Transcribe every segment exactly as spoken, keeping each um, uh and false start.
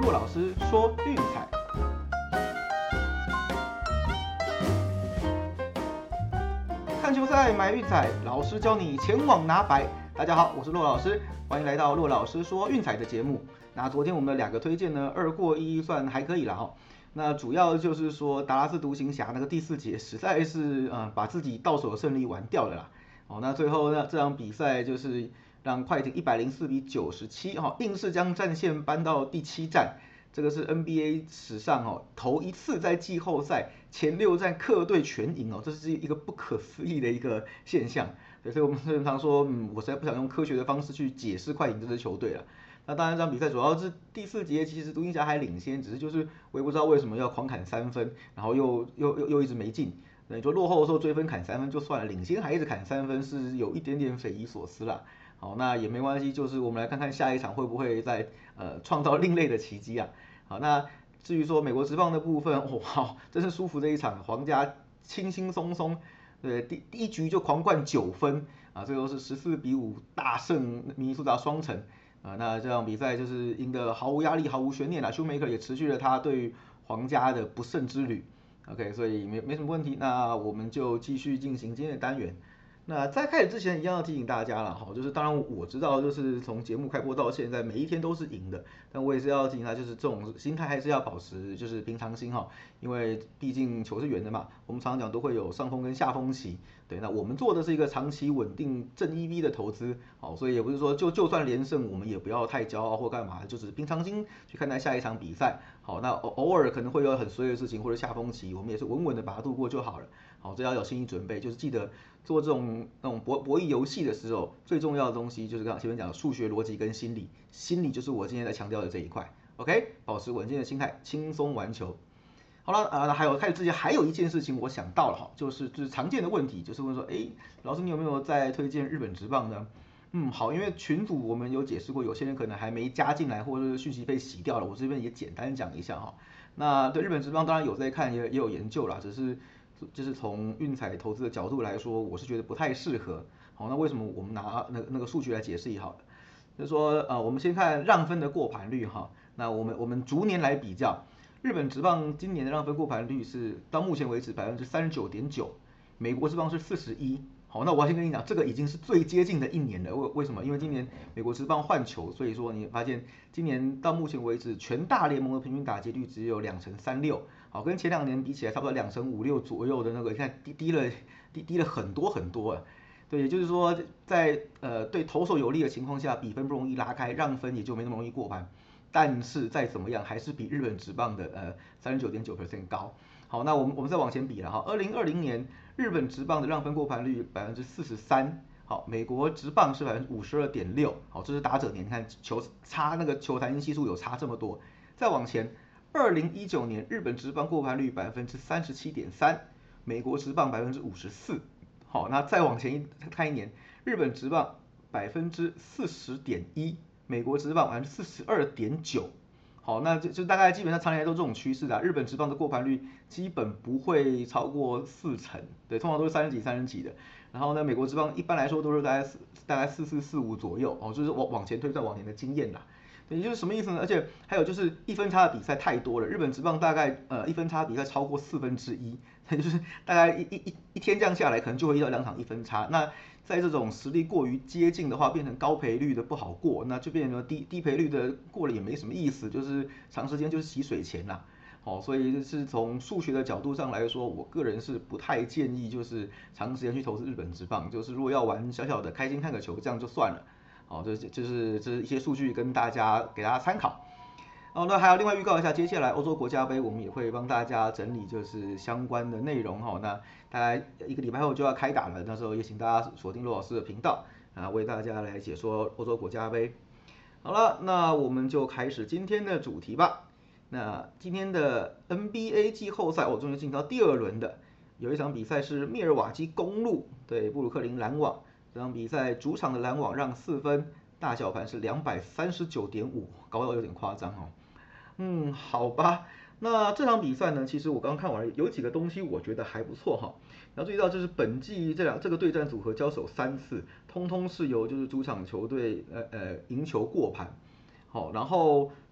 骆老师说运彩。看球赛买运彩，老师教你前往拿白。大家好，我是骆老师，欢迎来到骆老师说运彩的节目。那昨天我们的两个推荐呢，二过一算还可以啦哈。那主要就是说达拉斯独行侠那个第四节实在是呃把自己到手的胜利玩掉了啦。哦，那最后呢这场比赛就是让快艇一百零四比九十七哈，硬是将战线搬到第七战。这个是 N B A 史上哦头一次在季后赛前六战客队全赢哦，这是一个不可思议的一个现象。对，所以我们经常说，嗯，我实在不想用科学的方式去解释快艇这支球队了。那当然，这场比赛主要是第四节，其实独行侠还领先，只是就是我也不知道为什么要狂砍三分，然后又又又又一直没进。你说落后的时候追分砍三分就算了，领先还一直砍三分，是有一点点匪夷所思啦。好，那也没关系，就是我们来看看下一场会不会再呃创造另类的奇迹啊。好，那至于说美国职棒的部分，哇，真是舒服这一场，皇家轻轻松松。对，第第一局就狂灌九分啊，最后是十四比五大胜明尼苏达双城啊。那这场比赛就是赢得毫无压力、毫无悬念啦。Shoemaker 也持续了他对于皇家的不胜之旅。OK， 所以没没什么问题。那我们就继续进行今天的单元。那在开始之前，一样要提醒大家了哈，就是当然我知道，就是从节目开播到现在，每一天都是赢的，但我也是要提醒他，就是这种心态还是要保持就是平常心哈，因为毕竟球是圆的嘛，我们常常讲都会有上风跟下风期，对，那我们做的是一个长期稳定正 E V 的投资，好，所以也不是说就就算连胜，我们也不要太骄傲或干嘛，就是平常心去看待下一场比赛，好，那偶尔可能会有很衰的事情或者下风期，我们也是稳稳的把它度过就好了，好，这要有心理准备，就是记得。做这种那种博博弈游戏的时候，最重要的东西就是刚刚前面讲的数学逻辑跟心理，心理就是我今天在强调的这一块。OK， 保持稳健的心态，轻松玩球。好了，呃，还有开始之前还有一件事情我想到了哈，就是就是常见的问题，就是问说，哎，老师你有没有在推荐日本职棒呢？嗯，好，因为群组我们有解释过，有些人可能还没加进来，或者是讯息被洗掉了，我这边也简单讲一下哈。那对日本职棒当然有在看，也也有研究啦，只是。就是从运彩投资的角度来说，我是觉得不太适合。好，那为什么我们拿那个那个数据来解释也好了？就是说，呃，我们先看让分的过盘率哈。那我们我们逐年来比较，日本职棒今年的让分过盘率是到目前为止百分之三十九点九，美国职棒是四十一。好，那我要先跟你讲，这个已经是最接近的一年了。为为什么？因为今年美国职棒换球，所以说你发现今年到目前为止，全大联盟的平均打击率只有两成三六。好，跟前两年比起来，差不多两成五六左右的那个，你看低低了低低了很多很多啊。对，也就是说，在呃对投手有利的情况下，比分不容易拉开，让分也就没那么容易过盘。但是再怎么样，还是比日本职棒的呃三十九点九 percent 高。好，那我们我们再往前比了哈，二零二零年日本职棒的让分过盘率百分之四十三，好，美国职棒是百分之五十二点六，好，这是打者年，你看球差那个球弹性系数有差这么多。再往前，二零一九年日本职棒过盘率百分之三十七点三，美国职棒百分之五十四，好，那再往前一看一年，日本职棒百分之四十点一，美国职棒百分之四十二点九。好，那就就大概基本上常年来都这种趋势的，日本职棒的过盘率基本不会超过四成，对，通常都是三十几、三十几的。然后呢，美国职棒一般来说都是大概四大概四四四五左右，哦，就是往往前推再往前的经验啦。也就是什么意思呢？而且还有就是一分差的比赛太多了，日本职棒大概呃一分差比赛超过四分之一，就是大概一一一一天这样下来，可能就会遇到两场一分差。那在这种实力过于接近的话，变成高赔率的不好过，那就变成低低赔率的过了也没什么意思，就是长时间就是洗水钱啦。好，所以是从数学的角度上来说，我个人是不太建议就是长时间去投资日本职棒，就是如果要玩小小的开心看个球，这样就算了。好，这就是这是一些数据跟大家给大家参考。哦，那还有另外预告一下，接下来欧洲国家杯我们也会帮大家整理就是相关的内容哈。那大概一个礼拜后就要开打了，那时候也请大家锁定骆老师的频道啊，为大家来解说欧洲国家杯。好了，那我们就开始今天的主题吧。那今天的 N B A 季后赛，我终于进到第二轮的，有一场比赛是密尔瓦基公鹿对布鲁克林篮网。这场比赛主场的篮网让四分，大小盘是两百三十九点五，高到有点夸张哦。嗯，好吧，那这场比赛呢，其实我刚看完有几个东西我觉得还不错哈。要注意到就是本季这两这个对战组合交手三次，通通是由就是主场球队呃呃赢球过盘。好，然后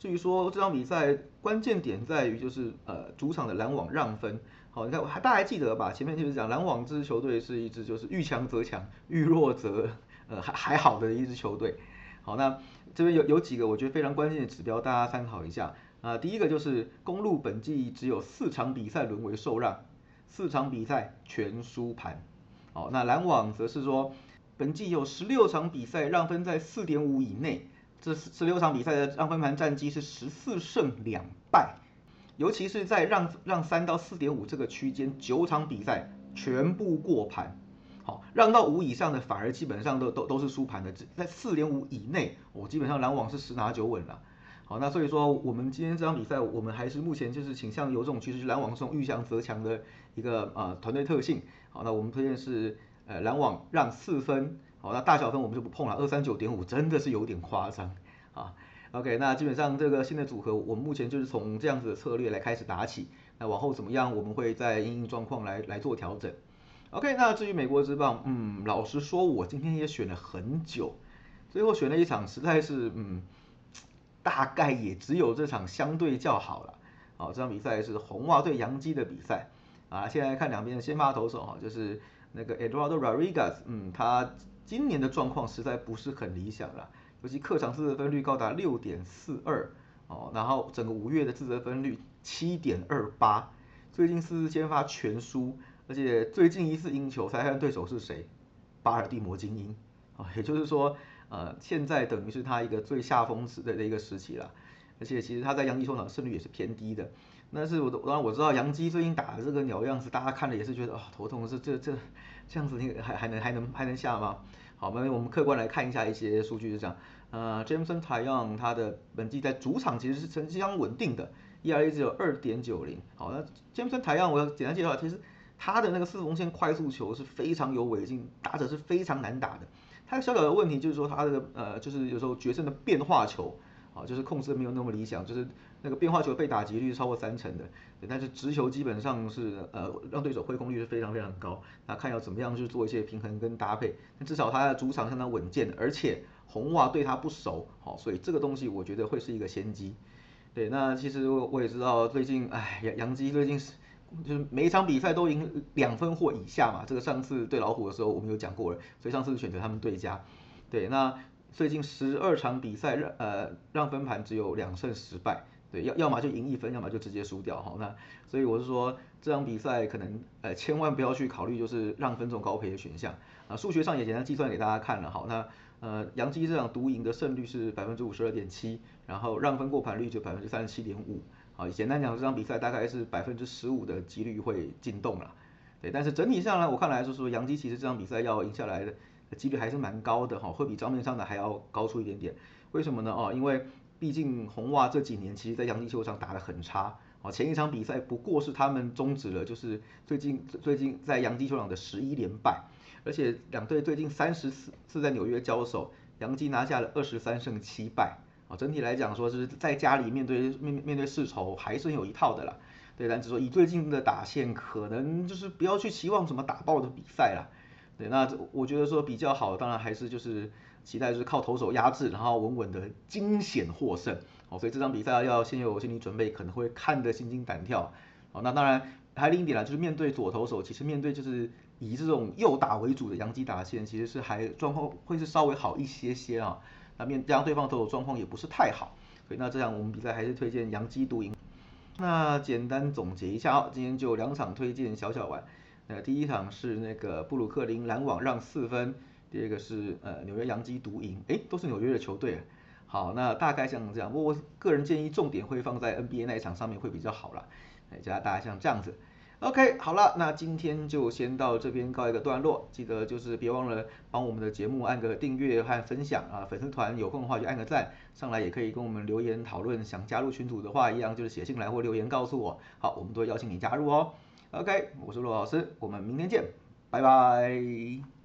至于说这场比赛关键点在于就是呃主场的篮网让分。好，你看还大家还记得吧？前面就是讲篮网这支球队是一支就是遇强则强，遇弱则呃还还好的一支球队。好，那这边有有几个我觉得非常关键的指标，大家参考一下。啊，第一个就是公鹿本季只有四场比赛沦为受让，四场比赛全输盘。好，那篮网则是说，本季有十六场比赛让分在 四点五 以内，这十六场比赛的让分盘战绩是十四胜两败，尤其是在让让三到 四点五 这个区间，九场比赛全部过盘。好，让到五以上的反而基本上都都都是输盘的，在 四点五 以内，我、哦、基本上篮网是十拿九稳了。好，那所以说我们今天这场比赛，我们还是目前就是倾向有这种趋势，篮网这种遇强则强的一个呃团队特性。好，那我们推荐是呃篮网让四分。好，那大小分我们就不碰了， 二三九点五 真的是有点夸张啊。OK， 那基本上这个新的组合，我们目前就是从这样子的策略来开始打起。那往后怎么样，我们会在因应状况来来做调整。OK， 那至于美国职棒，嗯，老实说，我今天也选了很久，最后选了一场，实在是嗯。大概也只有这场相对较好了。好，这场比赛是红袜对洋基的比赛啊。现在看两边的先发投手哈，就是那个 Eduardo Rodriguez， 嗯，他今年的状况实在不是很理想了，尤其客场自责分率高达 六点四二 哦，然后整个五月的自责分率 七点二八， 最近四次先发全输，而且最近一次赢球，猜看对手是谁？巴尔的摩精英啊，也就是说。呃，现在等于是他一个最下风时的一个时期了，而且其实他在洋基球场胜率也是偏低的。但是我当然我知道洋基最近打的这个鸟样子，大家看了也是觉得啊、哦、头痛，是这这这样子你还还能还能还能下吗？好，那我们客观来看一下一些数据，是这样。呃 ，Jameson Taillon 他的本季在主场其实是成绩相当稳定的 ，E R A 只有 二点九零。好，那 Jameson Taillon 我要简单介绍，其实他的那个四缝线快速球是非常有违禁，打者是非常难打的。他小小的问题就是说，他的呃，就是有时候决胜的变化球，啊，就是控制的没有那么理想，就是那个变化球被打击率超过三成的，但是直球基本上是呃让对手挥空率是非常非常高。那看要怎么样去做一些平衡跟搭配，但至少他的主场相当稳健，而且红袜对他不熟，好，所以这个东西我觉得会是一个先机。对，那其实我也知道最近，哎，杨杨基最近是。就是每一场比赛都赢两分或以下嘛，这个上次对老虎的时候我们有讲过了，所以上次选择他们对家。对，那最近十二场比赛让呃让分盘只有两胜十败，对，要要么就赢一分，要么就直接输掉哈。那所以我是说这场比赛可能呃千万不要去考虑就是让分这种高赔的选项啊，数学上也简单计算给大家看了。好，那呃洋基这场独赢的胜率是百分之五十二点七，然后让分过盘率就百分之三十七点五。好，简单讲，这场比赛大概是百分之十五的几率会进洞了，对。但是整体上呢，我看来就是说，洋基其实这场比赛要赢下来的几率还是蛮高的哈，会比账面上的还要高出一点点。为什么呢？哦，因为毕竟红袜这几年其实在洋基球场打得很差，哦，前一场比赛不过是他们终止了就是最近最近在洋基球场的十一连败，而且两队最近三十次在纽约交手，洋基拿下了二十三胜七败。整体来讲说是在家里面对面面对世仇还是很有一套的啦，对，但是说以最近的打线，可能就是不要去期望什么打爆的比赛啦，对，那我觉得说比较好，当然还是就是期待就是靠投手压制，然后稳稳的惊险获胜，哦，所以这场比赛要先有心理准备，可能会看得心惊胆跳，哦，那当然还另一点啦，就是面对左投手，其实面对就是以这种右打为主的洋基打线，其实是还状况会是稍微好一些些啊。那面加上对方投手状况也不是太好，所以那这样我们比赛还是推荐洋基独赢。那简单总结一下哦，今天就两场推荐小小玩。呃，第一场是那个布鲁克林篮网让四分，第二个是呃纽约洋基独赢，哎，都是纽约的球队。好，那大概像这样，不过我个人建议重点会放在 N B A 那一场上面会比较好啦。哎，加大家像这样子。OK， 好了，那今天就先到这边告一个段落。记得就是别忘了帮我们的节目按个订阅和分享啊，粉丝团有空的话就按个赞，上来也可以跟我们留言讨论。想加入群组的话，一样就是写信来或留言告诉我。好，我们都会邀请你加入哦。OK， 我是骆老师，我们明天见，拜拜。